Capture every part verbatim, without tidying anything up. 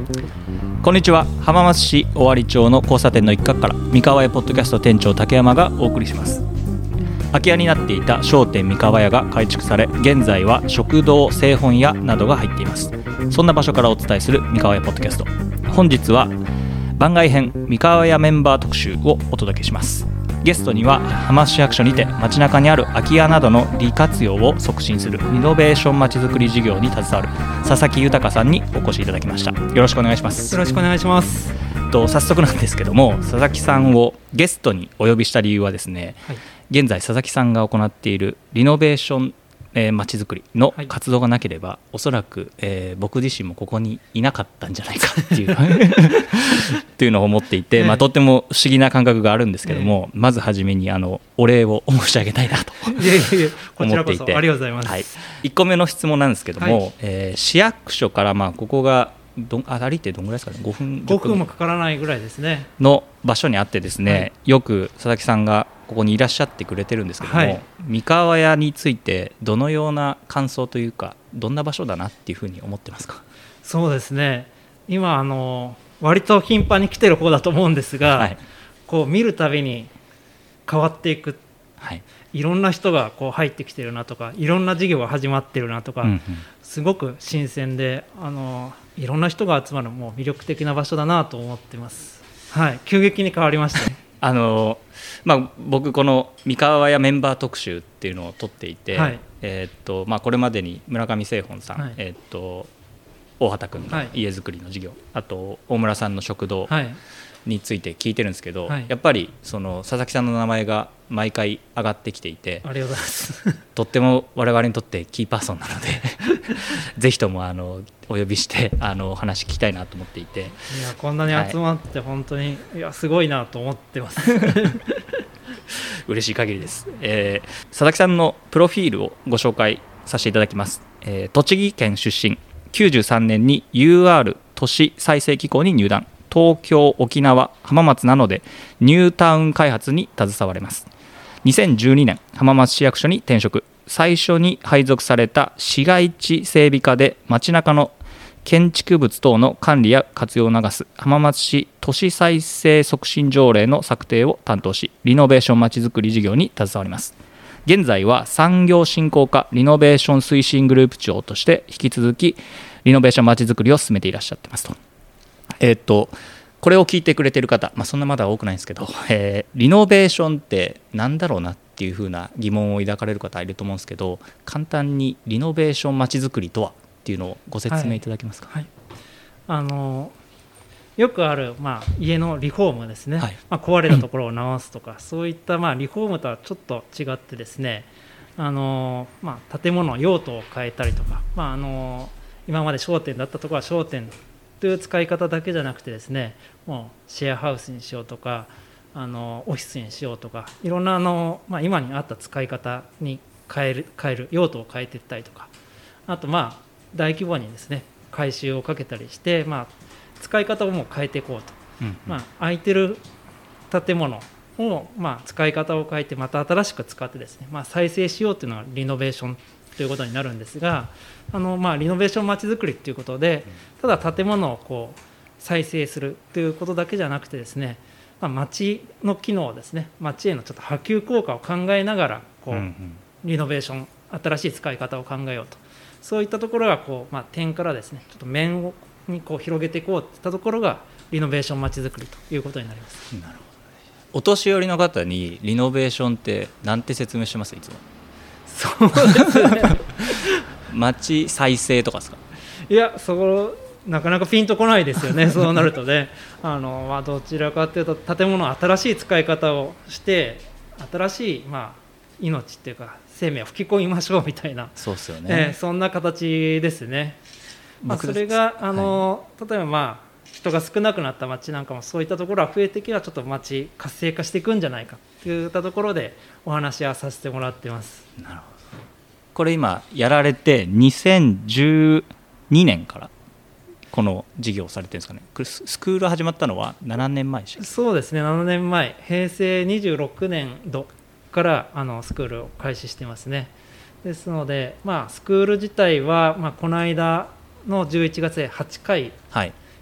こんにちは。浜松市尾張町の交差点の一角から三河屋ポッドキャスト店長竹山がお送りします。空き家になっていた商店三河屋が改築され、現在は食堂、製本屋などが入っています。そんな場所からお伝えする三河屋ポッドキャスト、本日は番外編三河屋メンバー特集をお届けします。ゲストには浜松市役所にて街中にある空き家などの利活用を促進するリノベーションまちづくり事業に携わる佐々木豊さんにお越しいただきました。よろしくお願いします。 よろしくお願いします。 と早速なんですけども、佐々木さんをゲストにお呼びした理由はですね、はい、現在佐々木さんが行っているリノベーションえー、街づくりの活動がなければ、はい、おそらく、えー、僕自身もここにいなかったんじゃないかっていうっていうのを思っていて、まあ、とっても不思議な感覚があるんですけども、えー、まずはじめにあのお礼を申し上げたいなと思っていて、 こちらこそありがとうございます、 はい、いっこめの質問なんですけども、はい、えー、市役所からまあここがどあ歩いてどんぐらいですかね、ごふんごふんもかからないぐらいですねの場所にあってですね、はい、よく佐々木さんがここにいらっしゃってくれてるんですけども、はい、三河屋についてどのような感想というか、どんな場所だなっていうふうに思ってますか？ そうですね、今あの割と頻繁に来てる方だと思うんですが、はい、こう見るたびに変わっていく、はい、いろんな人がこう入ってきてるなとか、いろんな事業が始まってるなとか、うんうん、すごく新鮮で、あのいろんな人が集まるもう魅力的な場所だなと思ってます、はい、急激に変わりましたねあのまあ、僕この三河屋メンバー特集っていうのを取っていて、はい、えーっとまあ、これまでに村上製本さん、はい、えーっと大畑君の家づくりの事業、はい、あと大村さんの食堂について聞いてるんですけど、はい、やっぱりその佐々木さんの名前が毎回上がってきていて、 ありがとうございますとっても我々にとってキーパーソンなのでぜひともあのお呼びしてあのお話聞きたいなと思っていて、いやこんなに集まって本当に、はい、いやすごいなと思ってます嬉しい限りです、えー、佐々木さんのプロフィールをご紹介させていただきます、えー、栃木県出身、きゅうじゅうさんねんに ユーアール 都市再生機構に入団、東京、沖縄、浜松などでニュータウン開発に携われます。にせんじゅうにねん浜松市役所に転職、最初に配属された市街地整備課で街中の建築物等の管理や活用を促す浜松市都市再生促進条例の策定を担当し、リノベーションまちづくり事業に携わります。現在は産業振興課リノベーション推進グループ長として引き続きリノベーションまちづくりを進めていらっしゃってますと。えー、っとこれを聞いてくれている方、まあ、そんなまだ多くないんですけど、えー、リノベーションってなんだろうなっていう風な疑問を抱かれる方いると思うんですけど、簡単にリノベーションまちづくりとはっていうのをご説明いただけますか？ はいはい、あのよくある、まあ、家のリフォームですね、はい、まあ、壊れたところを直すとか、うん、そういった、まあ、リフォームとはちょっと違ってですね、あの、まあ、建物用途を変えたりとか、まあ、あの今まで商店だったところは商店という使い方だけじゃなくてですね、もうシェアハウスにしようとか、あのオフィスにしようとか、いろんなあの、まあ、今に合った使い方に変える、変える用途を変えていったりとか、あとまあ大規模にですね改修をかけたりして、まあ、使い方をもう変えていこうと、うんうん、まあ、空いてる建物を、まあ、使い方を変えてまた新しく使ってですね、まあ、再生しようというのがリノベーションということになるんですが、あの、まあ、リノベーションまちづくりということで、ただ建物をこう再生するということだけじゃなくてですね、まあ、街の機能をですね、街へのちょっと波及効果を考えながらこう、うんうん、リノベーション、新しい使い方を考えようと、そういったところがこう、まあ、点からですねちょっと面をにこう広げていこうといったところがリノベーションまちづくりということになります。 なるほど、ね、お年寄りの方にリノベーションって何て説明してます？いつもそうですね街再生とかですか？ いや、そこなかなかピンとこないですよねそうなるとね、あの、まあ、どちらかというと建物の新しい使い方をして新しい、まあ、命っていうか生命を吹き込みましょうみたいな、 そうですよね、 えー、そんな形ですね。まあ、それがあの、はい、例えば、まあ、人が少なくなった街なんかもそういったところが増えてきればちょっと街活性化していくんじゃないかといったところでお話はさせてもらってます。 なるほど。これ今やられてにせんじゅうにねんからこの事業をされてるんですかね。スクール始まったのはななねんまえでした。 そうですね、ななねんまえ、へいせいにじゅうろくねんどからあのスクールを開始してますね。ですので、まあ、スクール自体は、まあ、この間のじゅういちがつではちかい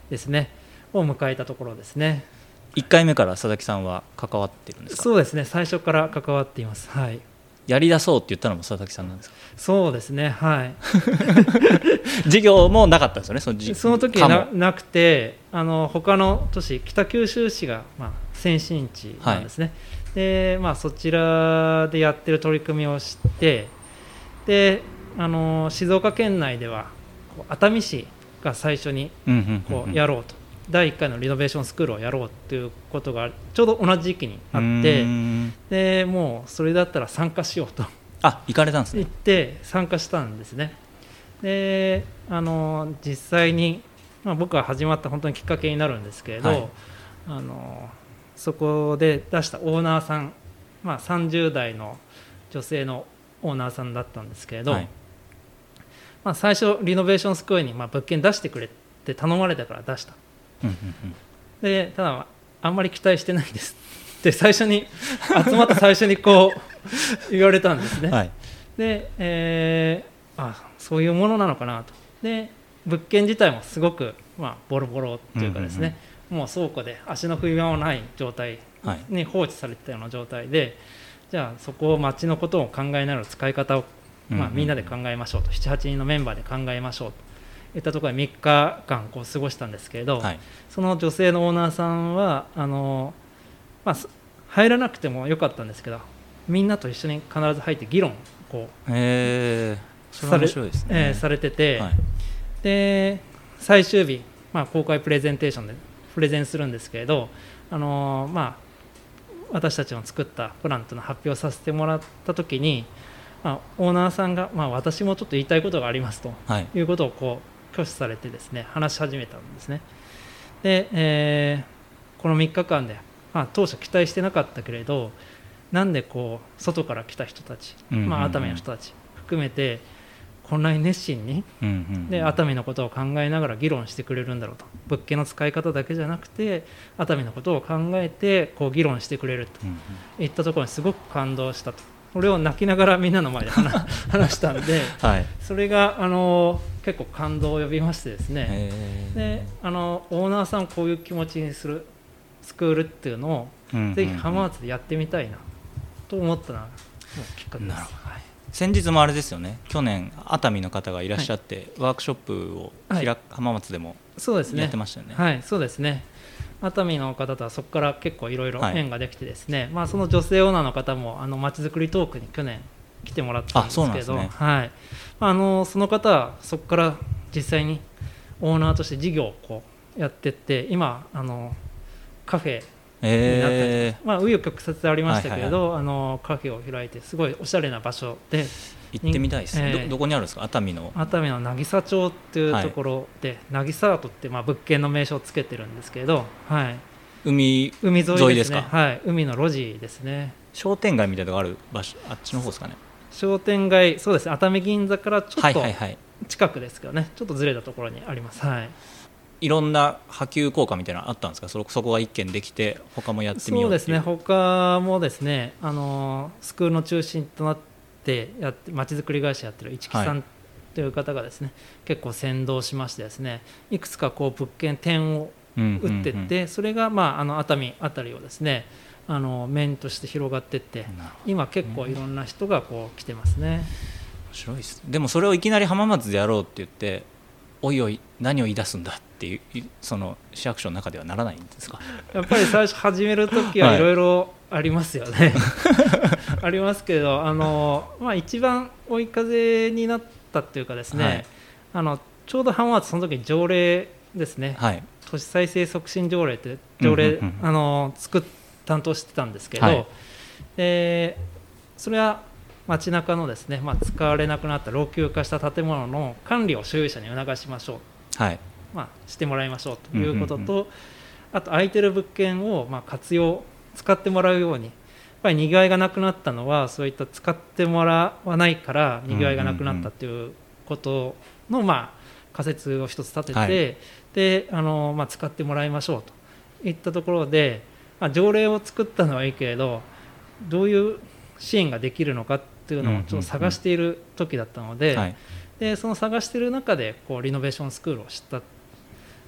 ですねを迎えたところですね。 いっかいめから佐々木さんは関わってるんですか？ そうですね、最初から関わっています。はい、 やりだそうって言ったのも佐々木さんなんですか？ そうですね、はい。 事業もなかったんですよね、そのその時 な, なくて、あの他の都市、北九州市が、まあ、先進地なんですね。はい、でまあ、そちらでやってる取り組みを知って、であの静岡県内では熱海市が最初にこうやろうと、だいいっかいのリノベーションスクールをやろうということがちょうど同じ時期にあって、でもうそれだったら参加しようと。 あ、行かれたんですね。 行って参加したんですね。であの実際に、まあ、僕が始まった本当にきっかけになるんですけれど、はい、あのそこで出したオーナーさん、まあ、さんじゅう代の女性のオーナーさんだったんですけれど、はい、まあ、最初リノベーションスクールにまあ物件出してくれって頼まれたから出した。でただあんまり期待してないですって最初に集まった最初にこう言われたんですね。はい、で、えー、あそういうものなのかなと。で物件自体もすごく、まあ、ボロボロっていうかですね、うんうんうん、もう倉庫で足の踏み場もない状態に放置されてたような状態で、はい、じゃあそこを町のことを考えながら使い方を、まあ、みんなで考えましょうと、ななはちにんのメンバーで考えましょうといったところでみっかかんこう過ごしたんですけれど、はい、その女性のオーナーさんはあの、まあ、入らなくてもよかったんですけど、みんなと一緒に必ず入って議論こうへそれは面白いですね、 えー、されてて、はい、で最終日、まあ、公開プレゼンテーションでプレゼンするんですけれど、あのーまあ、私たちの作ったプランというのを発表させてもらったときに、まあ、オーナーさんが、まあ、私もちょっと言いたいことがありますということをこう挙手されてですね、話し始めたんですね。で、えー、このみっかかんで、まあ、当初期待してなかったけれど、なんでこう外から来た人たち、まあ、熱海の人たち含めてこんなに熱心に、うんうんうん、で熱海のことを考えながら議論してくれるんだろうと、物件の使い方だけじゃなくて熱海のことを考えてこう議論してくれるといったところにすごく感動したと。これを泣きながらみんなの前で 話, 話したんで、はい、それがあの結構感動を呼びましてですね、であのオーナーさんをこういう気持ちにするスクールっていうのを、うんうんうん、ぜひ浜松でやってみたいなと思ったのがきっかけです。はい、 先日もあれですよね、去年熱海の方がいらっしゃって、はい、ワークショップを開、はい、浜松でもやってましたよね。 はい、そうですね。熱海の方とはそこから結構いろいろ縁ができてですね、はい、まあ、その女性オーナーの方もあのまちづくりトークに去年来てもらったんですけど、ね、はい、あのその方はそこから実際にオーナーとして事業をこうやっていって、今あのカフェになったり、えーまあ、紆余曲折ありましたけれど、はいはいはい、あのカフェを開いてすごいおしゃれな場所で行ってみたいです、えー、ど, どこにあるんですか？熱海の熱海の渚町っていうところで、はい、渚アートってまあ物件の名称をつけてるんですけど、はい、 海, 海沿いですね。 沿いですか？ はい、海の路地ですね。 商店街みたいなのがある場所、あっちの方ですかね？ 商店街、そうですね、熱海銀座からちょっと近くですけどね、はいはいはい、ちょっとずれたところにあります。はい、 いろんな波及効果みたいなのあったんですか？ そ, そこが一件できて他もやってみようっていう。 そうですね、他もですね、あのスクールの中心となってやってまちづくり会社やってる市木さんという方がですね、はい、結構先導しましてですね、いくつかこう物件点を打っていって、うんうんうん、それが、まあ、あの熱海あたりをですね、あの面として広がっていって、今結構いろんな人がこう来てますね。面白いです。でもそれをいきなり浜松でやろうって言って、おいおい何を言い出すんだっていう、その市役所の中ではならないんですか？ やっぱり最初始めるときはいろいろありますよね、はい、ありますけど、あの、まあ、一番追い風になったっていうかですね、はい、あのちょうど浜松その時に条例ですね、はい、都市再生促進条例って条例、うんうんうん、あの作っ担当してたんですけど、はい、でそれは街中のですね、まあ、使われなくなった老朽化した建物の管理を所有者に促しましょう、はい、まあ、してもらいましょうということと、うんうんうん、あと空いてる物件をまあ活用使ってもらうように、やっぱりにぎわいがなくなったのはそういった使ってもらわないからにぎわいがなくなったということのまあ仮説を一つ立てて、はい、であのまあ使ってもらいましょうといったところで、まあ、条例を作ったのはいいけれど、どういう支援ができるのかっていうのをちょっと探している時だったので、うんうんうん、でその探している中でこうリノベーションスクールを知った。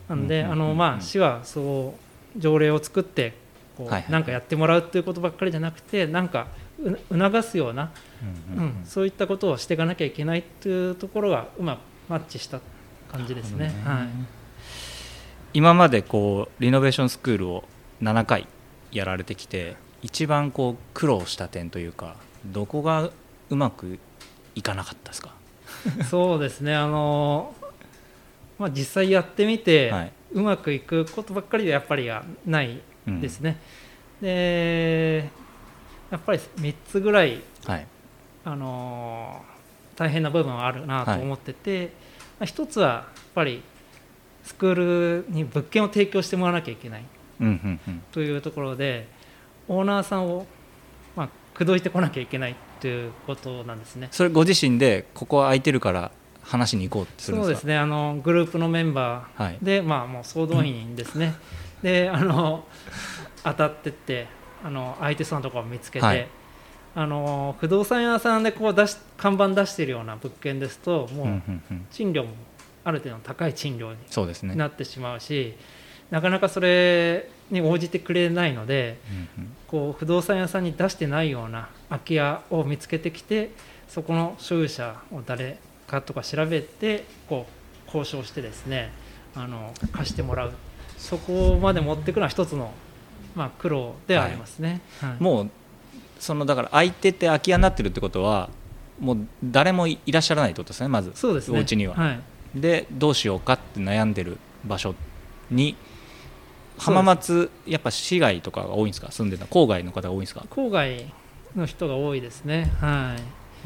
なんで、あのまあ、市はそう条例を作ってこうなんかやってもらうっていうことばっかりじゃなくて、なんか促すような、うん、そういったことをしていかなきゃいけないっていうところがうまくマッチした感じですね。ね、はい、 今までこうリノベーションスクールをななかいやられてきて、一番こう苦労した点というか、どこがうまくいかなかったですか？ そうですね、あの、まあ、実際やってみて、はい、うまくいくことばっかりでやっぱりないですね、うん、でやっぱりみっつぐらい、はい、あの大変な部分はあるなと思ってて、はい、まあ、一つはやっぱりスクールに物件を提供してもらわなきゃいけない、うんうんうん、というところでオーナーさんを、まあ、口説いてこなきゃいけないということなんですね。 それご自身でここは空いてるから話しに行こうってするんですか？ そうですね、あのグループのメンバーで、はい、まあ、もう総動員ですね、うん、であの当たってってあの相手そうなところを見つけて、はい、あの不動産屋さんでこう出し看板出しているような物件ですともう賃料もある程度の高い賃料になってしまうし、なかなかそれに応じてくれないので、うんうん、こう不動産屋さんに出してないような空き家を見つけてきて、そこの所有者を誰かとか調べてこう交渉してですね、あの貸してもらう、そこまで持っていくのは一つの、まあ、苦労ではありますね。はいはい、 もうそのだから空いてて空き家になってるってことはもう誰もいらっしゃらないってことですね。まずそうですね、お家には、はい、でどうしようかって悩んでる場所に浜松やっぱ市外とかが多いんですか？住んでた郊外の方が多いんですか？ 郊外の人が多いですね。はい、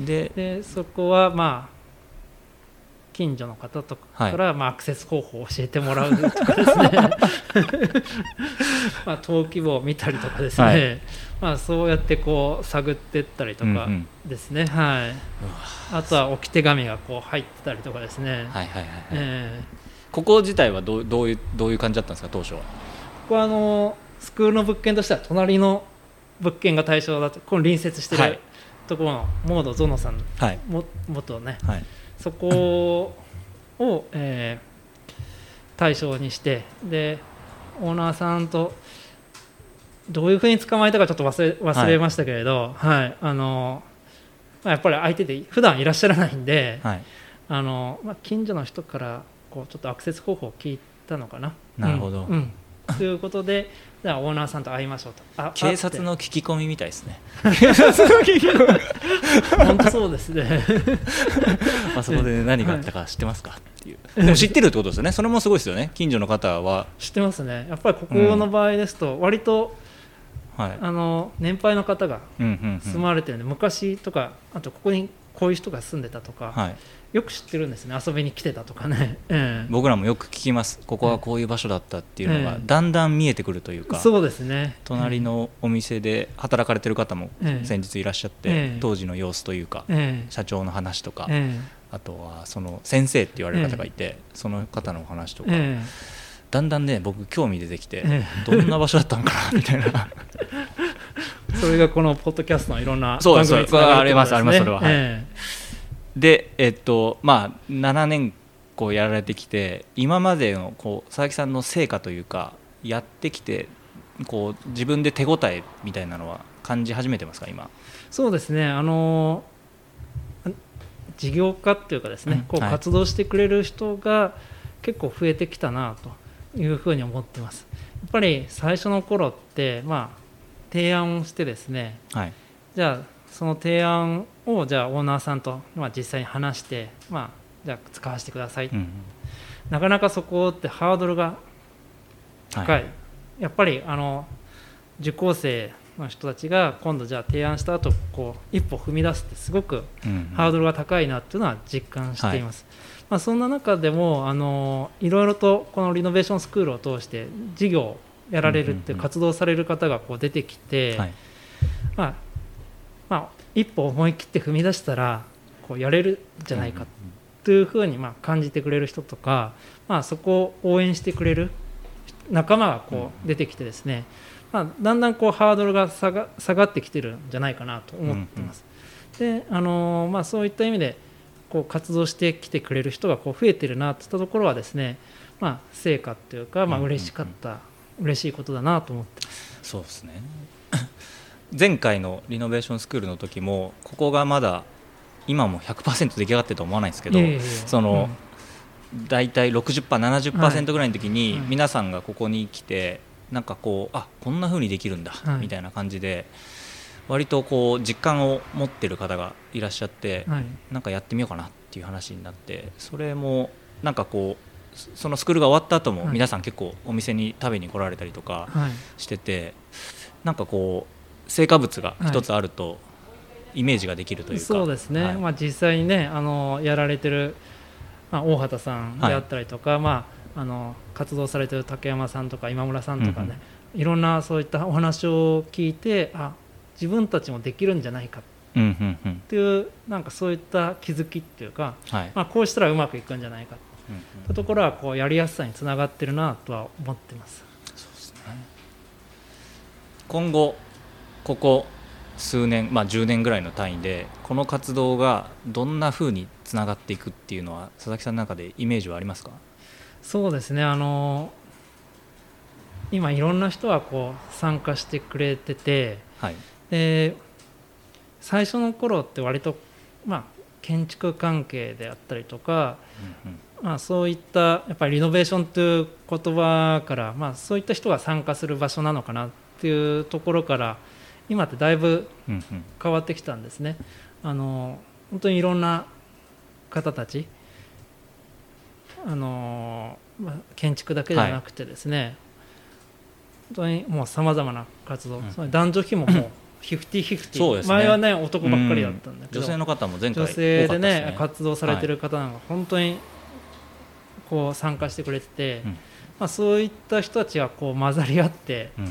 で, でそこはまあ近所の方とかから、はい、まあ、アクセス方法を教えてもらうとかですねまあ登記簿を見たりとかですね、はい、まあ、そうやってこう探っていったりとかですね、うんうん、はい、あとは置き手紙がこう入ってたりとかですね、はいはいはい、 えー、ここ自体はどう、どういう、どういう感じだったんですか？当初は。 ここはあのスクールの物件としては隣の物件が対象だと、この隣接しているところのモードゾノさん、はい、も元ね、はい、そこを、えー、対象にして、でオーナーさんとどういうふうに捕まえたかちょっと忘れ、忘れましたけれど、はいはい、あのやっぱり相手で普段いらっしゃらないんで、はい、あのまあ、近所の人からこうちょっとアクセス方法を聞いたのかな。 なるほど、うんうん、ということで、じゃあオーナーさんと会いましょうと。あ、 警察の聞き込みみたいですね。 本当そうですね。 あそこで何があったか知ってますかっていう。でも知ってるってことですよね。それもすごいですよね。近所の方は知ってますね。やっぱりここの場合ですと割と、うん、はい、あの年配の方が住まわれてるんで、うんうんうん、昔とかあとここにこういう人が住んでたとか、はい、よく知ってるんですね。遊びに来てたとかね、えー、 僕らもよく聞きます。ここはこういう場所だったっていうのがだんだん見えてくるというか、 えー、そうですね。 隣のお店で働かれてる方も先日いらっしゃって、えー、当時の様子というか、えー、社長の話とか、えー、あとはその先生って言われる方がいて、えー、その方のお話とか、えー、だんだんね僕興味出てきて、えー、どんな場所だったのかなみたいなそれがこのポッドキャストのいろんな番組につながるということですね。ありますありますそれは、はい、えー、でえっとまあななねんこうやられてきて、今までのこう佐々木さんの成果というかやってきてこう自分で手応えみたいなのは感じ始めてますか今？ そうですね、あの事業家っていうかですね、うん、こう活動してくれる人が結構増えてきたなというふうに思ってます。やっぱり最初の頃ってまあ提案をしてですね、はい、じゃあその提案をじゃあオーナーさんと、まあ、実際に話して、まあ、じゃあ使わせてください、うん、なかなかそこってハードルが高い、はい、やっぱりあの受講生の人たちが今度じゃあ提案した後こう一歩踏み出すってすごくハードルが高いなっていうのは実感しています、はい、まあ、そんな中でもあのいろいろとこのリノベーションスクールを通して事業をやられるっていう活動される方がこう出てきて、はい、まあまあ、一歩思い切って踏み出したらこうやれるんじゃないかというふうにまあ感じてくれる人とか、まあ、そこを応援してくれる仲間がこう出てきてですね、まあ、だんだんこうハードルが下が、下がってきてるんじゃないかなと思っています。で、あのまあ、そういった意味でこう活動してきてくれる人がこう増えてるなといったところはですね、 まあ、成果っていうか、まあ嬉しかった、うんうんうん、嬉しいことだなと思ってます。 そうですね前回のリノベーションスクールの時もここがまだ今も ひゃくパーセント 出来上がってるとは思わないんですけど、その、うん、だいたい ろくじゅっパーセントななじゅっパーセント ぐらいの時に皆さんがここに来てなんかこうあこんな風にできるんだみたいな感じで割とこう実感を持ってる方がいらっしゃって、はい、なんかやってみようかなっていう話になって、それもなんかこうそのスクールが終わった後も皆さん結構お店に食べに来られたりとかしてて、はい、なんかこう成果物が一つあるとイメージができるというか、 そうですね、はい、まあ、実際にねあのやられてる、まあ、大畑さんであったりとか、はい、まあ、あの活動されてる竹山さんとか今村さんとかね、うん、いろんなそういったお話を聞いてあ自分たちもできるんじゃないかっていう、うんうんうん、なんかそういった気づきっていうか、はい、まあ、こうしたらうまくいくんじゃないかというところはこうやりやすさにつながってるなとは思ってます。 そうですね、今後ここ数年、まあ、じゅうねんぐらいの単位でこの活動がどんな風につながっていくっていうのは佐々木さんの中でイメージはありますか？ そうですね、あの今いろんな人がこう参加してくれてて、はい、で最初の頃って割と、まあ、建築関係であったりとか、うんうん、まあ、そういったやっぱりリノベーションという言葉から、まあ、そういった人が参加する場所なのかなっていうところから今ってだいぶ変わってきたんですね。うんうん、あの本当にいろんな方たち、あの、まあ、建築だけじゃなくてですね、はい、本当にもうさまざまな活動、うん、男女比ももうフィフティフィフティ、ね、前はね男ばっかりだったんだけど、 うん、女性の方も前回多かったですね、女性でね活動されてる方なんか本当にこう参加してくれてて、うん、まあ、そういった人たちがこう混ざり合って、うんうん、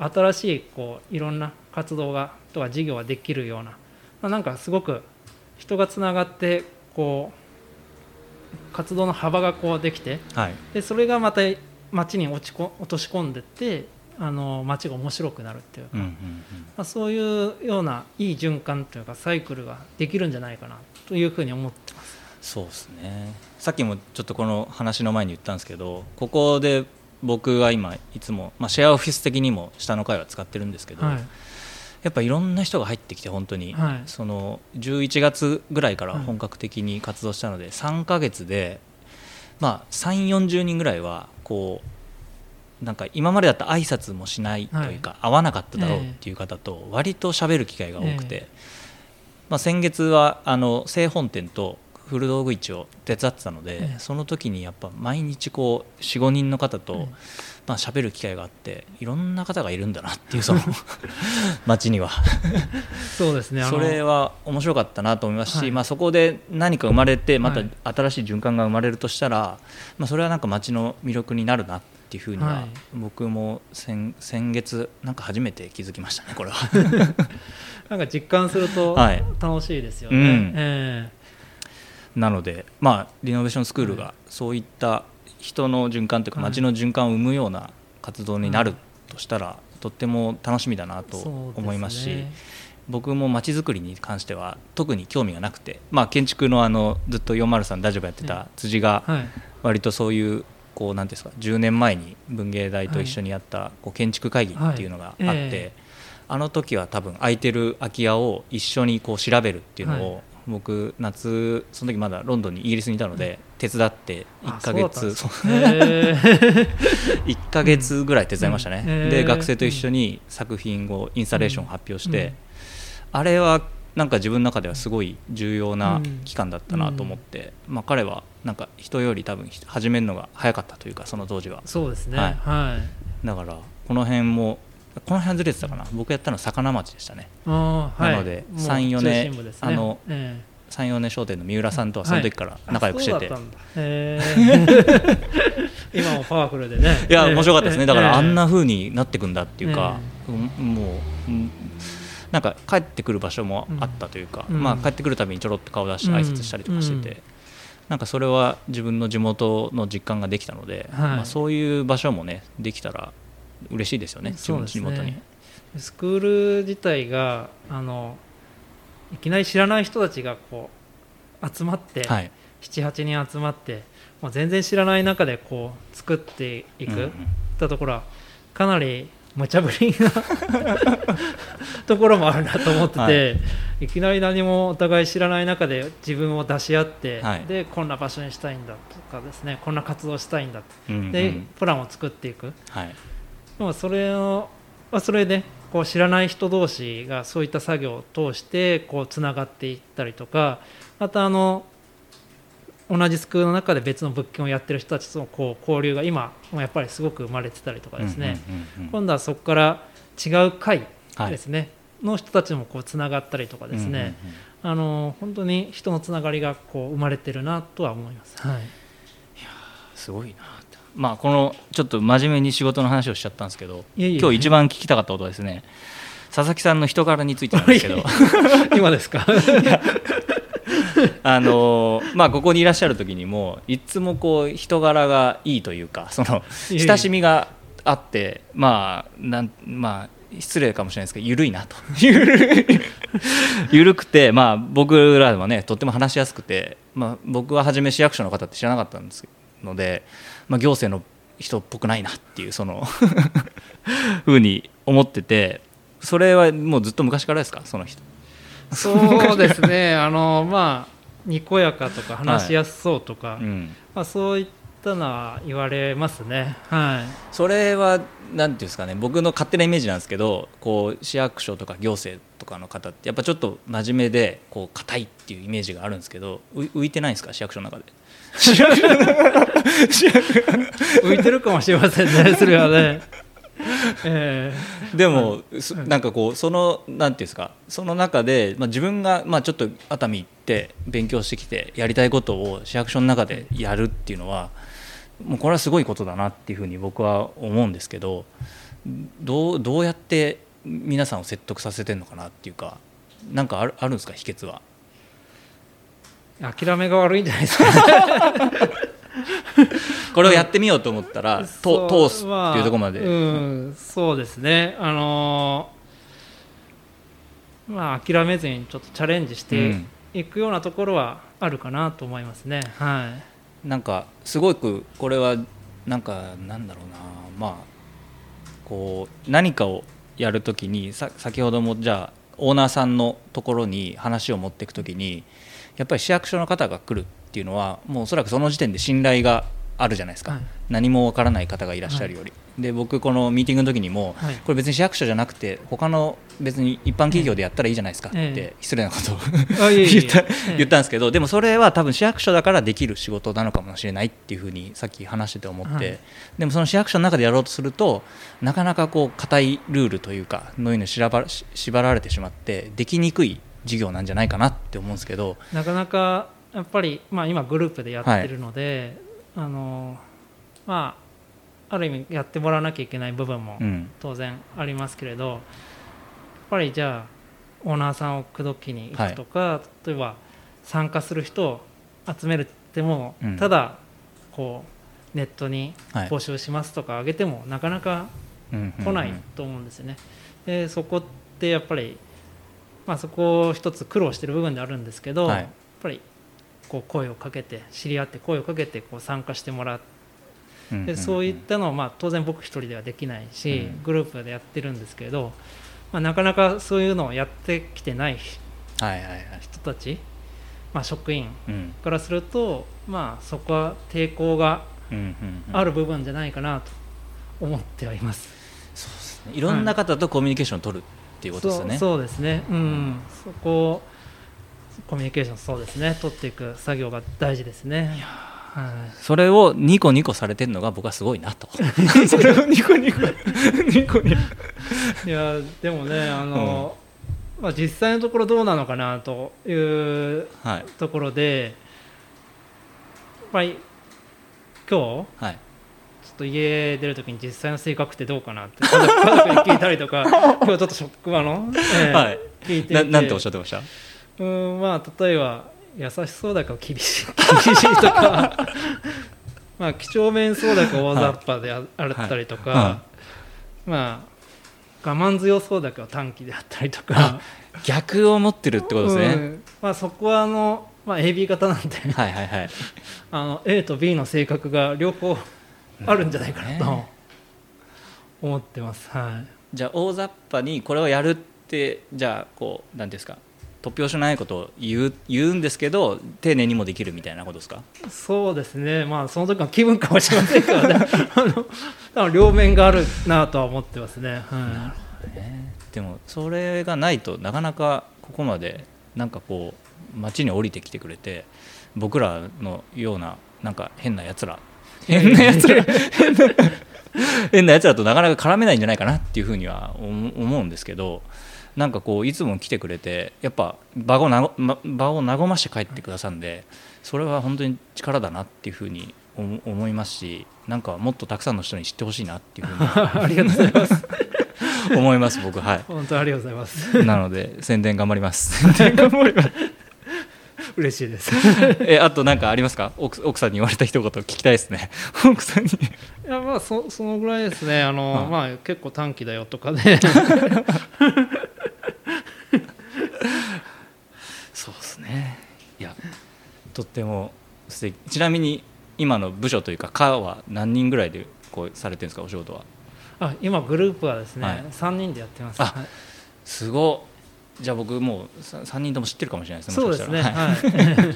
新しいこういろんな活動がとか事業ができるような、まあ、なんかすごく人がつながってこう活動の幅がこうできて、はい、でそれがまた街に落ちこ落とし込んでって、あの街が面白くなるっていうか、うんうんうん、まあ、そういうようないい循環というかサイクルができるんじゃないかなというふうに思ってます。 そうですね、さっきもちょっとこの話の前に言ったんですけど、ここで僕は今いつも、まあ、シェアオフィス的にも下の階は使ってるんですけど、はい、やっぱいろんな人が入ってきて本当に、はい、そのじゅういちがつぐらいから本格的に活動したので、はい、さんかげつで、まあ、さんじゅう、よんじゅうにんぐらいはこうなんか今までだったら挨拶もしないというか、はい、会わなかっただろうっていう方と割と喋る機会が多くて、えーまあ、先月はあの正本店と古道具市を手伝ってたので、えー、その時にやっぱ毎日こう よん,ご 人の方と、えーまあ、喋る機会があっていろんな方がいるんだなっていうその街にはそうですね、 それは面白かったなと思いますし、はい、まあ、そこで何か生まれてまた新しい循環が生まれるとしたら、はい、まあ、それはなんか街の魅力になるなっていうふうには僕も 先, 先月なんか初めて気づきましたね、これはなんか実感すると楽しいですよね、はい、うん、えー、なので、まあ、リノベーションスクールがそういった人の循環というか街の循環を生むような活動になるとしたら、はい、とっても楽しみだなと思いますし、ね、僕も街づくりに関しては特に興味がなくて、まあ、建築 の, あのずっとよんまるさん大丈夫やってた辻が割とそういうこうなんていうんですか、じゅうねんまえに文芸大と一緒にやったこう建築会議っていうのがあって、はいはい、えー、あの時は多分空いてる空き家を一緒にこう調べるっていうのを、はい、僕夏その時まだロンドンにイギリスにいたので手伝っていっかげついっかげつぐらい手伝いましたね、うん、で学生と一緒に作品をインスタレーション発表して、うん、あれはなんか自分の中ではすごい重要な期間だったなと思って、うん、まあ、彼はなんか人より多分始めるのが早かったというか、その当時は。 そうですね、 はいはい、 だからこの辺もこの辺ずれてたかな、僕やったのは魚町でしたね。 あ、はい、 なのでさん、よね、ね、あの、えー、さん、よね商店の三浦さんとはその時から仲良くしてて、はい、 へー今もパワフルでねいや面白かったですね。だからあんな風になってくんだっていうか、えー、もうなんか帰ってくる場所もあったというか、うん、まあ、帰ってくるたびにちょろっと顔出して挨拶したりとかしてて、うん、なんかそれは自分の地元の実感ができたので、はい、まあ、そういう場所もねできたら嬉しいですよね、自分の地元に。 スクール自体があのいきなり知らない人たちがこう集まって、はい、ななはちにん集まってもう全然知らない中でこう作っていくったところはかなり無茶ぶりなところもあるなと思ってて、はい、いきなり何もお互い知らない中で自分を出し合って、はい、でこんな場所にしたいんだとかですね、こんな活動したいんだ、うんうん、でプランを作っていく、はい、でもそれをそれでこう知らない人同士がそういった作業を通してこうつながっていったりとか、またあの同じスクールの中で別の物件をやってる人たちとのこう交流が今もやっぱりすごく生まれてたりとかですね、うんうんうんうん、今度はそこから違う会ですね、はい、の人たちもこうつながったりとかですね、うんうんうん、あの本当に人のつながりがこう生まれてるなとは思います、はい、いやすごいな。まあ、このちょっと真面目に仕事の話をしちゃったんですけど、いやいや今日一番聞きたかったことはですね、佐々木さんの人柄についてなんですけど今ですかあのまあ、ここにいらっしゃる時にもいつもこう人柄がいいというか、その親しみがあって、まあなんまあ失礼かもしれないですけど緩いなと緩くて、まあ、僕らもねとっても話しやすくて、まあ、僕は初め市役所の方って知らなかったんですので、まあ、行政の人っぽくないなっていうそのふうに思ってて、それはもうずっと昔からですか、その人。 そうですねあのまあにこやかとか話しやすそうとか、はい、うんまあ、そういったのは言われますね、はい、 それはなんていうんですかね、僕の勝手なイメージなんですけど、こう市役所とか行政とかの方ってやっぱちょっと真面目でこう硬いっていうイメージがあるんですけど、浮いてないんですか、市役所の中で。 浮いてるかもしれませんね、それはね。えー、でも、はい、なんかこうそのなんていうんですか、その中で、まあ、自分が、まあ、ちょっと熱海行って勉強してきてやりたいことを市役所の中でやるっていうのはもうこれはすごいことだなっていうふうに僕は思うんですけど、どう、どうやって皆さんを説得させてるのかなっていうか、なんかある、あるんですか、秘訣は。 諦めが悪いんじゃないですかこれをやってみようと思ったら、うん、通すっていうところまで、 まあうん、そうですね、あのーまあ、諦めずにちょっとチャレンジしていくようなところはあるかなと思いますね、うんはい、 なんかすごくこれはなんかなんだろうな、まあ、こう何かをやるときにさ先ほどもじゃあオーナーさんのところに話を持っていくときにやっぱり市役所の方が来るっていうのはもうおそらくその時点で信頼があるじゃないですか、はい、何もわからない方がいらっしゃるより、はい、で僕このミーティングの時にも、はい、これ別に市役所じゃなくて他の別に一般企業でやったらいいじゃないですかって失礼なことを言った言ったんですけど、でもそれは多分市役所だからできる仕事なのかもしれないっていうふうにさっき話してて思って、はい、でもその市役所の中でやろうとするとなかなかこう固いルールというかのいうのに縛られてしまってできにくい事業なんじゃないかなって思うんですけど、 なかなかやっぱり、まあ、今グループでやってるので、はい、あのまあ、ある意味やってもらわなきゃいけない部分も当然ありますけれど、うん、やっぱりじゃあオーナーさんを口説きに行くとか、はい、例えば参加する人を集めるっても、うん、ただこうネットに募集しますとか上げても、はい、なかなか来ないと思うんですよね。でそこってやっぱり、まあ、そこを一つ苦労している部分であるんですけど、はい、やっぱりこう声をかけて知り合って声をかけてこう参加してもらって、うんうんうん、でそういったのはまあ当然僕一人ではできないし、うん、グループでやってるんですけど、まあ、なかなかそういうのをやってきてない人たち、はいはいはい、まあ、職員からすると、うん、まあ、そこは抵抗がある部分じゃないかなと思ってはいます。 そうですね、いろんな方とコミュニケーションを取るっていうことですよね、はい、 そう、そうですね、うん、そこをコミュニケーションそうですね取っていく作業が大事ですね。いや、はい、 それをニコニコされてるのが僕はすごいなとそれをニコニコニコニコいやでもねあの、うんまあ、実際のところどうなのかなというところで、はい、やっぱり今日、はい、ちょっと家出るときに実際の性格ってどうかなって家族、家族に聞いたりとか今日ちょっと職場の、えーはい、聞いてみてな, なんておっしゃってました？ うんまあ、例えば優しそうだか厳しい、厳しいとかまあ几帳面そうだか大雑把で あ,、あったりとか、はいはい、まあ我慢強そうだか短気であったりとか逆を持ってるってことですね、 うんまあ、そこはあのまあ、エービー 型なんではいはいはいあの A と B の性格が両方あるんじゃないかなと思ってます、はい、 じゃあ大雑把にこれをやるってじゃあこう何ですか突拍子ないことを言う、言うんですけど丁寧にもできるみたいなことですか？ そうですね、まあ、その時の気分かもしれませんけどねあの多分両面があるなとは思ってますね、はい、なるほどね。でもそれがないとなかなかここまでなんかこう街に降りてきてくれて僕らのようななんか変なやつら変なやつら変なやつらとなかなか絡めないんじゃないかなっていうふうには思うんですけど、なんかこういつも来てくれてやっぱ場をなご、ま、場を和まして帰ってくださるんで、それは本当に力だなっていうふうに思いますし、なんかもっとたくさんの人に知ってほしいなっていうふうにありがとうございます思います僕。はい、 本当ありがとうございますなので宣伝頑張ります宣伝頑張ります嬉しいですえあと何かありますか？ 奥, 奥さんに言われた一言聞きたいですね奥さんにいやまあ そ, そのぐらいですね。あの、 あまあ、結構短期だよとかでそうですね。いやとっても素敵。ちなみに今の部署というか課は何人ぐらいでこうされてるんですか？お仕事は。 あ今グループはですね、 はい、 さんにんでやってます。 あ、 はい、 すごっ。じゃあ僕もうさんにんとも知ってるかもしれないですね。 そうですね、 はいはい、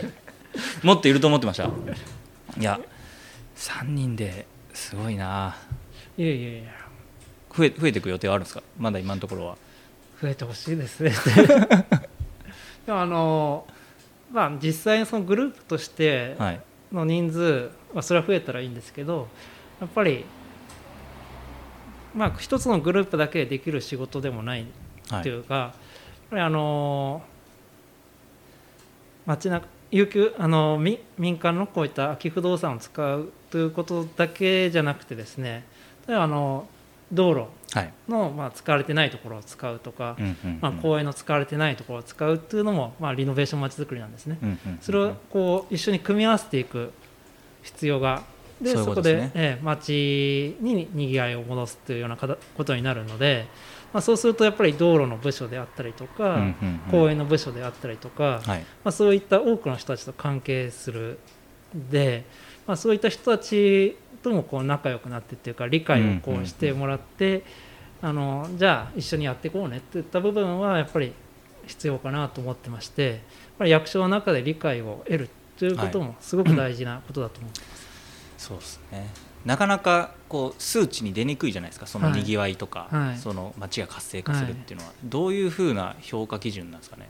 もっといると思ってました。いやさんにんですごいな。 いやいやいや増え、増えていく予定はあるんですか？まだ今のところは。 増えてほしいですねでもあの、まあ、実際にそのグループとしての人数、はい、まあ、それは増えたらいいんですけど、やっぱり、まあ、一つのグループだけでできる仕事でもないっていうか、はい、やっぱりあの街中有給あの民間のこういった空き不動産を使うということだけじゃなくてですね、例えばあの道路の、まあ、使われてないところを使うとか、まあ、公園の使われてないところを使うっていうのも、まあ、リノベーションまちづくりなんですね。それをこう一緒に組み合わせていく必要がで、そこで、えー、街ににぎわいを戻すというようなことになるので、まあ、そうするとやっぱり道路の部署であったりとか、うんうんうん、公園の部署であったりとか、はい、まあ、そういった多くの人たちと関係するで、まあ、そういった人たちともこう仲良くなってっていうか理解をこうしてもらって、うんうんうん、あのじゃあ一緒にやっていこうねっていった部分はやっぱり必要かなと思ってまして、やっぱり役所の中で理解を得るということもすごく大事なことだと思ってます、はい、 そうですね。なかなかこう数値に出にくいじゃないですか、そのにぎわいとか、はい、その街が活性化するっていうのは、はい、どういうふうな評価基準なんですかね？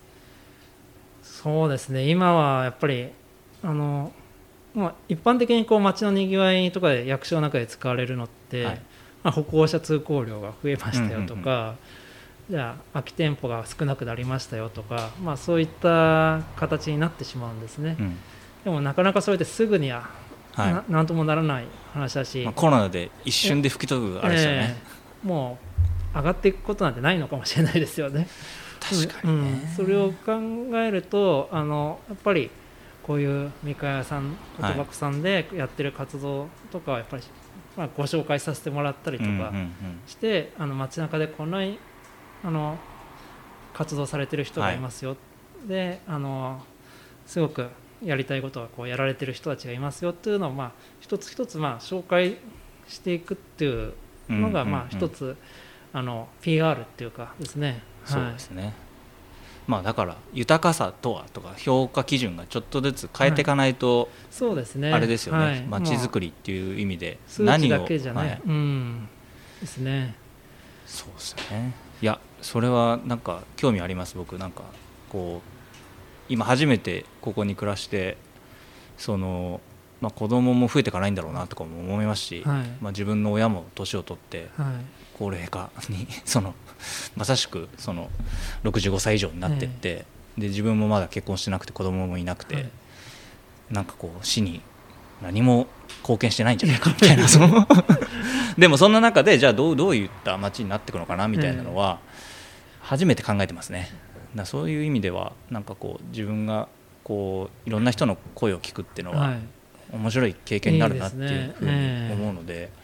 そうですね、今はやっぱりあの、まあ、一般的にこう街のにぎわいとかで役所の中で使われるのって、はい、まあ、歩行者通行量が増えましたよとか、うんうんうん、じゃあ空き店舗が少なくなりましたよとか、まあ、そういった形になってしまうんですね、うん、でもなかなかそれですぐにははい、な, なんともならない話だし、 まあ、コロナで一瞬で吹き飛ぶあれですよね、 えー、もう上がっていくことなんてないのかもしれないですよね。 確かにね、 うん、それを考えるとあのやっぱりこういう三河屋さん言葉子さんでやってる活動とかはやっぱり、まあ、ご紹介させてもらったりとかして、うんうんうん、あの街中でこんなにあの活動されてる人がいますよ、はい、であのすごくやりたいことはこうやられてる人たちがいますよっていうのをまあ一つ一つまあ紹介していくっていうのがまあ一つあの ピーアール っていうかですね。 そうですね、はい、まあだから豊かさとはとか評価基準がちょっとずつ変えていかないと、はい、 そうですね、 あれですよね、はい、街づくりっていう意味で何を数値だけじゃない、はい、うんですね。 そうですね。いやそれはなんか興味あります。僕なんかこう今初めてここに暮らしてその、まあ、子供も増えていかないんだろうなとかも思いますし、はい、まあ、自分の親も年を取って高齢化にそのまさしくそのろくじゅうごさい以上になっていって、えー、で自分もまだ結婚してなくて子供もいなくて、はい、なんかこう死に何も貢献してないんじゃないかみたいなそのでもそんな中でじゃあどう、どういった街になっていくのかなみたいなのは初めて考えてますね。だそういう意味ではなんかこう自分がこういろんな人の声を聞くっていうのは面白い経験になるなっていうふうに思うので、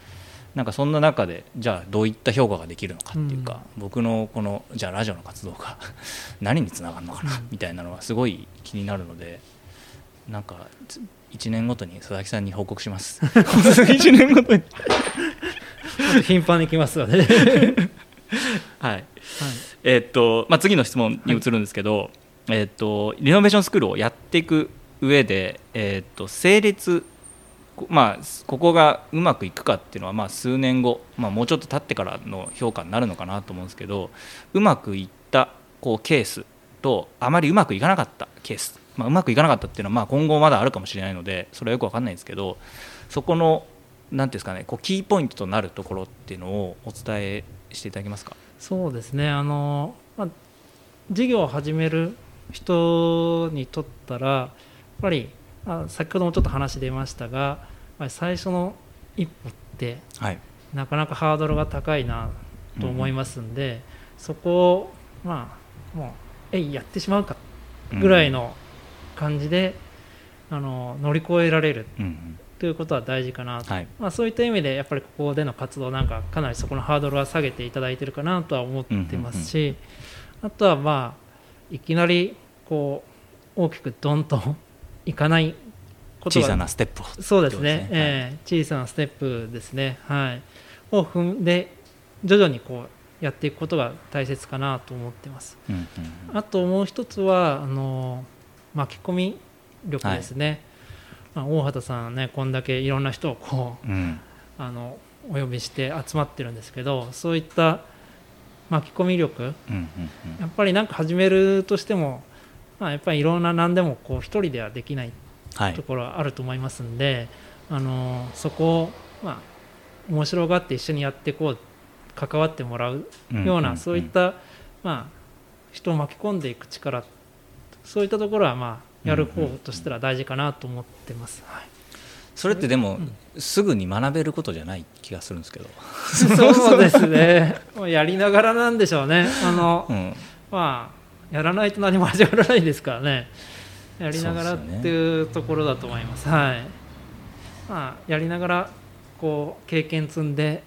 なんかそんな中でじゃあどういった評価ができるのかっていうか、 うん、 僕のこのじゃあラジオの活動が何につながるのかな、 うん、 みたいなのはすごい気になるので、なんかいちねんごとに佐々木さんに報告しますいちねんごとに頻繁に来ますよねはい、はい、えーっとまあ、次の質問に移るんですけど、はい、えーっとリノベーションスクールをやっていく上で、えーっと成立、まあ、ここがうまくいくかっていうのはまあ数年後、まあ、もうちょっと経ってからの評価になるのかなと思うんですけど、うまくいったこうケースとあまりうまくいかなかったケース、まあ、うまくいかなかったっていうのはまあ今後まだあるかもしれないのでそれはよく分かんないんですけど、そこのなんていうんですかね、こうキーポイントとなるところっていうのをお伝えしていただけますか。 そうですね、あの、まあ、事業を始める人にとったらやっぱりあ先ほどもちょっと話出ましたが最初の一歩って、はい、なかなかハードルが高いなと思いますんで、うん、そこをまあもうえいやってしまうかぐらいの感じで、うん、あの乗り越えられる、うん、ということは大事かなと、はい、まあ、そういった意味でやっぱりここでの活動なんかかなりそこのハードルは下げていただいているかなとは思ってますし、うんうんうん、あとはまあいきなりこう大きくドンといかないことが小さなステップを、 そうですね、えー、小さなステップですね、はい、を踏んで徐々にこうやっていくことが大切かなと思ってます、うんうんうん、あともう一つはあの巻き込み力ですね、はい、まあ、大畑さんねこんだけいろんな人をこう、うん、あのお呼びして集まってるんですけど、そういった巻き込み力、うんうんうん、やっぱりなんか始めるとしても、まあ、やっぱりいろんな何でもこう一人ではできないところはあると思いますんで、はい、あのそこを、まあ、面白がって一緒にやっていこう、関わってもらうような、うんうんうん、そういった、まあ、人を巻き込んでいく力、そういったところは、まあ、やる方としたら大事かなと思ってます、はい、 それってでも、うん、すぐに学べることじゃない気がするんですけどそうですねやりながらなんでしょうね、あの、うん、まあ、やらないと何も始まらないですからね、やりながらっていうところだと思います。はい。まあ、やりながらこう経験積んで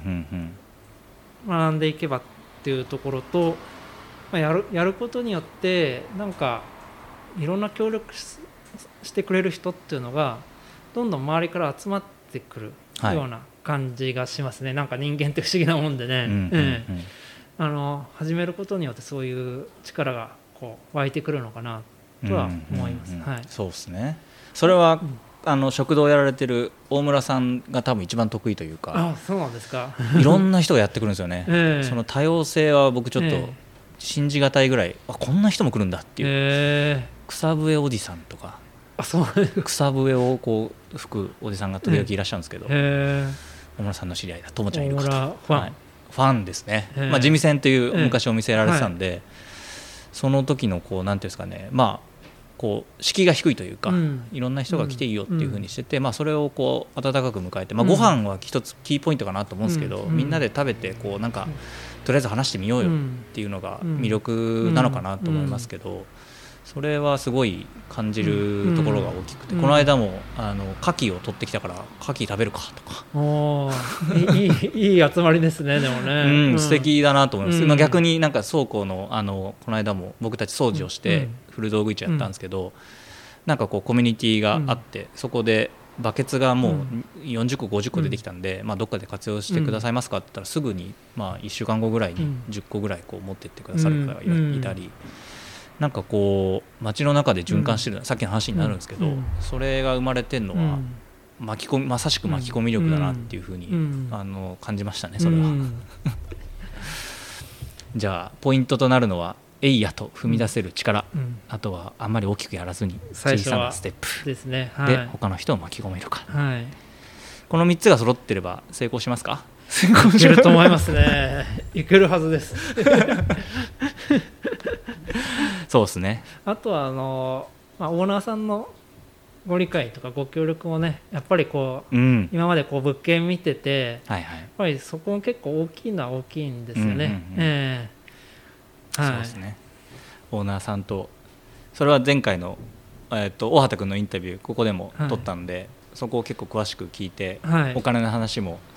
学んでいけばっていうところと、まあ、やるやることによってなんかいろんな協力 し, してくれる人っていうのがどんどん周りから集まってくるような感じがしますね。はい、なんか人間って不思議なもんでね、うんうんうん、あの始めることによってそういう力がこう湧いてくるのかなとは思います。 そうですね。それは、うん、あの食堂をやられてる大村さんが多分一番得意というか、 あ、そうなんですかいろんな人がやってくるんですよね、えー、その多様性は僕ちょっと信じがたいぐらい、あ、こんな人も来るんだっていう、えー、草笛おじさんとか、 あ、そう草笛をこう吹くおじさんが時々いらっしゃるんですけど、えー、大村さんの知り合いだ、ともちゃんいるかと、ファン、はい、ファンですね、えーまあ、地味線という昔お店やられてたんで、えーはい、その時のこうなんていうんですかね、まあこう敷居が低いというか、うん、いろんな人が来ていいよっていう風にしてて、うん、まあ、それをこう温かく迎えて、まあ、ご飯は一つキーポイントかなと思うんですけど、うん、みんなで食べてこうなんか、うん、とりあえず話してみようよっていうのが魅力なのかなと思いますけど、それはすごい感じるところが大きくて、この間もあの牡蠣を取ってきたから牡蠣食べるかとか、 おいい、いい集まりですね。でもね、 うん、素敵だなと思います、うん、逆になんか倉庫 の, あのこの間も僕たち掃除をして古道具市やったんですけど、うん、なんかこうコミュニティがあって、うん、そこでバケツがもうよんじゅっこごじゅっこ出てきたんで、うん、まあ、どっかで活用してくださいますかって言ったらすぐにまあいっしゅうかんごぐらいにじゅっこぐらいこう持ってってくださる方が い,、うん、いたり、なんかこう街の中で循環してる、うん、さっきの話になるんですけど、うん、それが生まれてるのは、うん、巻き込みまさしく巻き込み力だなっていうふうに、うん、あの感じましたね、それは、うん、じゃあポイントとなるのはえいやと踏み出せる力、うん、あとはあんまり大きくやらずに小さなステップですね、はい、 で他の人を巻き込めるか、 はい、 このみっつが揃ってれば成功しますか？ 成功いけると思いますねいけるはずですそうですね。 あとはあの、まあ、オーナーさんのご理解とかご協力もね、やっぱりこう、うん、今までこう物件見てて、はいはい、やっぱりそこも結構大きいのは大きいんですよね、うんうんうん、えーはい、そうですね。オーナーさんとそれは前回の、えー、と大畑君のインタビューここでも取ったので、はい、そこを結構詳しく聞いて、はい、お金の話も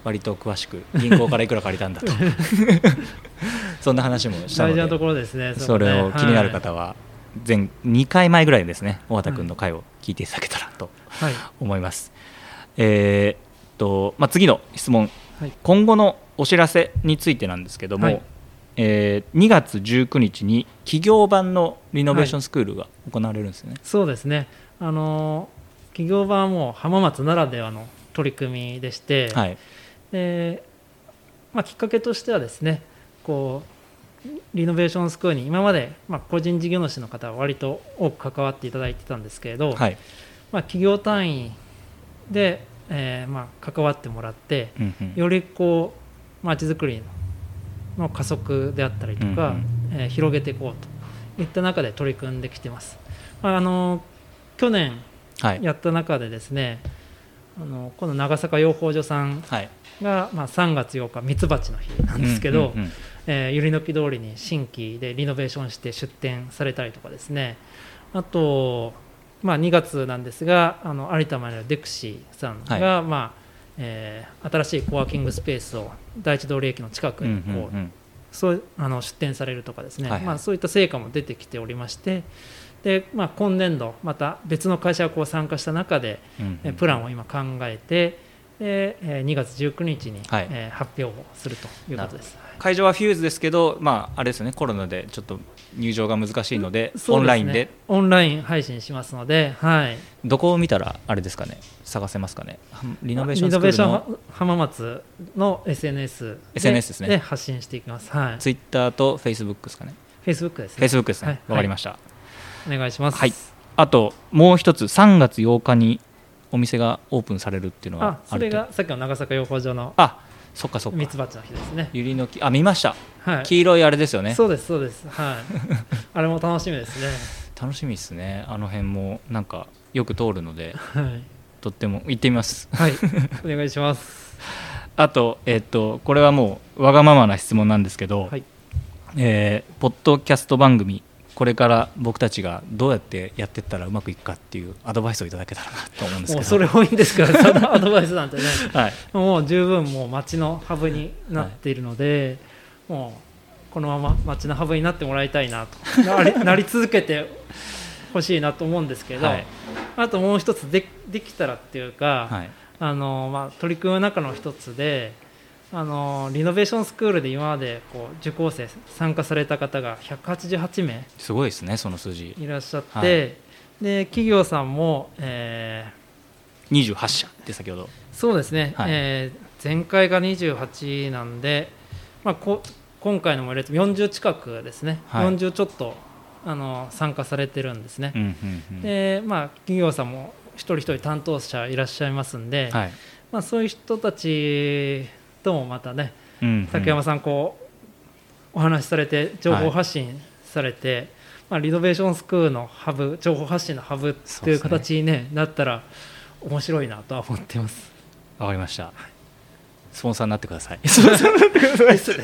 割と詳しく銀行からいくら借りたんだとそんな話もしたので、 大事なところですね。 それを気になる方は前にかいまえぐらいですね、尾形君の回を聞いていただけたらと思います。はい、えーっとまあ、次の質問、はい、今後のお知らせについてなんですけども、はい、えー、にがつじゅうくにちに企業版のリノベーションスクールが行われるんですよね。 はい、そうですね、あの企業版はもう浜松ならではの取り組みでして、はい、でまあ、きっかけとしてはですね、こうリノベーションスクールに今まで、まあ、個人事業主の方は割と多く関わっていただいてたんですけれど、はい、まあ、企業単位で、えーまあ、関わってもらって、うんうん、よりこうまちづくりの加速であったりとか、うんうん、えー、広げていこうといった中で取り組んできてます。まあ、あの去年やった中でですね、はい、あのこの長坂養蜂所さんが、はい、まあ、さんがつようかミツバチの日なんですけど、うんうんうん、えー、ゆりのき通りに新規でリノベーションして出店されたりとかですね、あと、まあ、にがつなんですが、あの有田までのデクシーさんが、はい、まあえー、新しいコワーキングスペースを第一通り駅の近くにこう、うんうんうん、そうあの出店されるとかですね、はいはい、まあ、そういった成果も出てきておりまして、で、まあ、今年度また別の会社がこう参加した中で、うんうん、プランを今考えて、でにがつじゅうくにちに、はい、えー、発表をするということです。 会場はフューズですけど、まあ、あれですよね、コロナでちょっと入場が難しいの で, で、ね、オンラインでオンライン配信しますので、はい、 どこを見たらあれですかね、探せますかね。リノベーションスクールの浜松の エスエヌエス で, エスエヌエス ですね、 で発信していきます。はい、 ツイッターとフェイスブックですかね。 フェイスブックですね。 フェイスブックですね。わ、はい、かりました、はい、お願いします。 はい、あともう一つ、さんがつようかにお店がオープンされるっていうのがあるって。 あ、それがさっきの長坂養蜂場のあそっかそっか、 ミツバチの日ですね。 ゆりのき、あ、見ました、 はい、 黄色いあれですよね。 そうですそうです、はいあれも楽しみですね。 楽しみですね。あの辺もなんかよく通るので、はい、とっても行ってみます。 はい、お願いします。 あと、えー、っとこれはもうわがままな質問なんですけど、はい、えー、ポッドキャスト番組これから僕たちがどうやってやっていったらうまくいくかっていうアドバイスをいただけたらなと思うんですけど。もうそれ多いんですからそのアドバイスなんてね、はい、もう十分もう街のハブになっているので、はい、もうこのまま街のハブになってもらいたいなとな り, なり続けてほしいなと思うんですけど、はい、あともう一つ で, できたらっていうか、はい、あのまあ、取り組む中の一つで、あのリノベーションスクールで今までこう受講生参加された方がひゃくはちじゅうはちめい、 すごいですね、その数字いらっしゃって、はい、で企業さんも、えー、にじゅうはっしゃって先ほど。 そうですね、はい、えー、前回がにじゅうはちなんで、まあ、こ今回のも入れてよんじゅう近くですね、はい、よんじゅうちょっとあの参加されてるんですね、うんうんうん、でまあ、企業さんも一人一人担当者いらっしゃいますんで、はい、まあ、そういう人たちともまたね、うんうん、竹山さんこうお話しされて情報発信されて、はい、まあ、リノベーションスクールのハブ、情報発信のハブという形に、ね、なったら面白いなとは思ってます。 わかりました、はい、スポンサーになってください。スポンサーになってくださ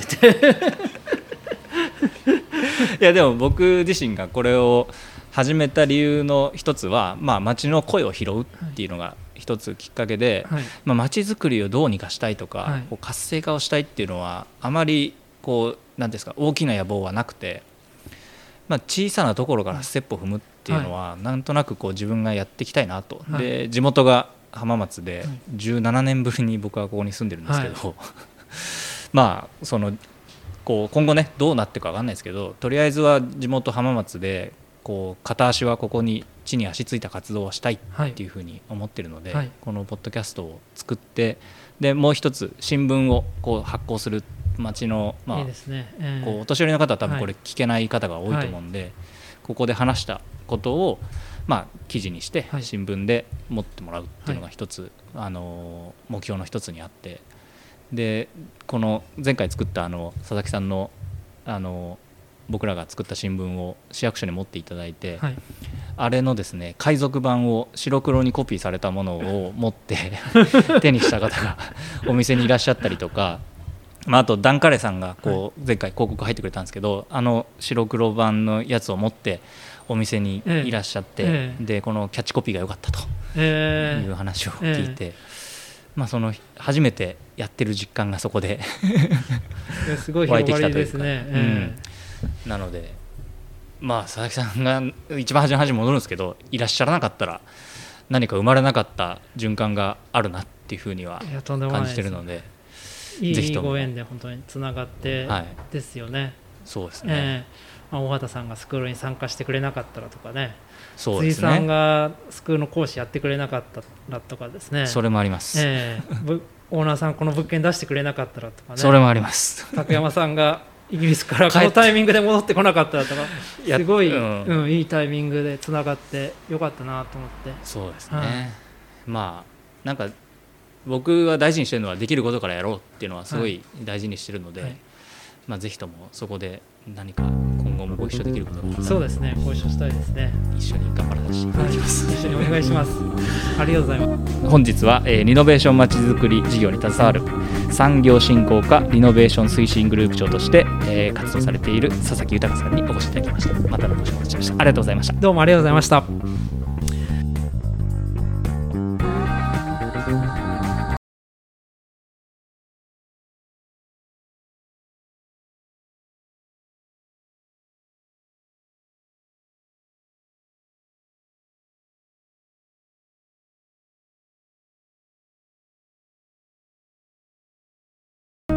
いいやでも僕自身がこれを始めた理由の一つは、まあ、街の声を拾うっていうのが一つきっかけで、はい、まあ、街づくりをどうにかしたいとか、はい、こう活性化をしたいっていうのはあまりこうなんですか大きな野望はなくて、まあ、小さなところからステップを踏むっていうのは、はい、なんとなくこう自分がやっていきたいなと、はい、で地元が浜松でじゅうななねんぶりに僕はここに住んでるんですけど、はい、まあそのこう今後ねどうなっていくか分かんないですけど、とりあえずは地元浜松でこう片足はここに地に足ついた活動をしたいっていうふうに思ってるので、はい、このポッドキャストを作って、でもう一つ新聞をこう発行する、町の、まあ、いいですね、えー、こうお年寄りの方は多分これ聞けない方が多いと思うんで、はい、ここで話したことを、まあ、記事にして新聞で持ってもらうっていうのが一つ、はい、あの目標の一つにあって、でこの前回作ったあの佐々木さんのあの僕らが作った新聞を市役所に持っていただいて、はい、あれのですね海賊版を白黒にコピーされたものを持って手にした方がお店にいらっしゃったりとか、まあ、あとダンカレさんがこう前回広告入ってくれたんですけど、あの白黒版のやつを持ってお店にいらっしゃって、ええ、でこのキャッチコピーが良かったという話を聞いて、ええまあ、その初めてやってる実感がそこですごい広がりですね、えーうん、なのでまあ佐々木さんが一番初めの話に戻るんですけど、いらっしゃらなかったら何か生まれなかった循環があるなっていうふうには感じてるので、 いいぜひともご縁で本当につながってですよね、はい、 そうですね、 えーまあ、大畑さんがスクールに参加してくれなかったらとかね、 そうですね、 辻さんがスクールの講師やってくれなかったらとかですね、 それもあります、 えー、オーナーさんこの物件出してくれなかったらとかね、 それもあります。 竹山さんがイギリスからこのタイミングで戻ってこなかったらとかすごい、うんうん、いいタイミングでつながってよかったなと思って。 そうですね、はい、まあなんか僕は大事にしてるのはできることからやろうっていうのはすごい大事にしてるので、はい、まあ、ぜひともそこで何か今後もご一緒できることがあったら、 そうですね、ご一緒したいですね。 一緒に頑張らせていただきます、 はい、一緒にお願いします。ありがとうございます。 本日は、えー、リノベーションまちづくり事業に携わる産業振興課リノベーション推進グループ長として、えー、活動されている佐々木豊さんにお越しいただきました。またのご視聴お待ちしてました。ありがとうございました。 どうもありがとうございました。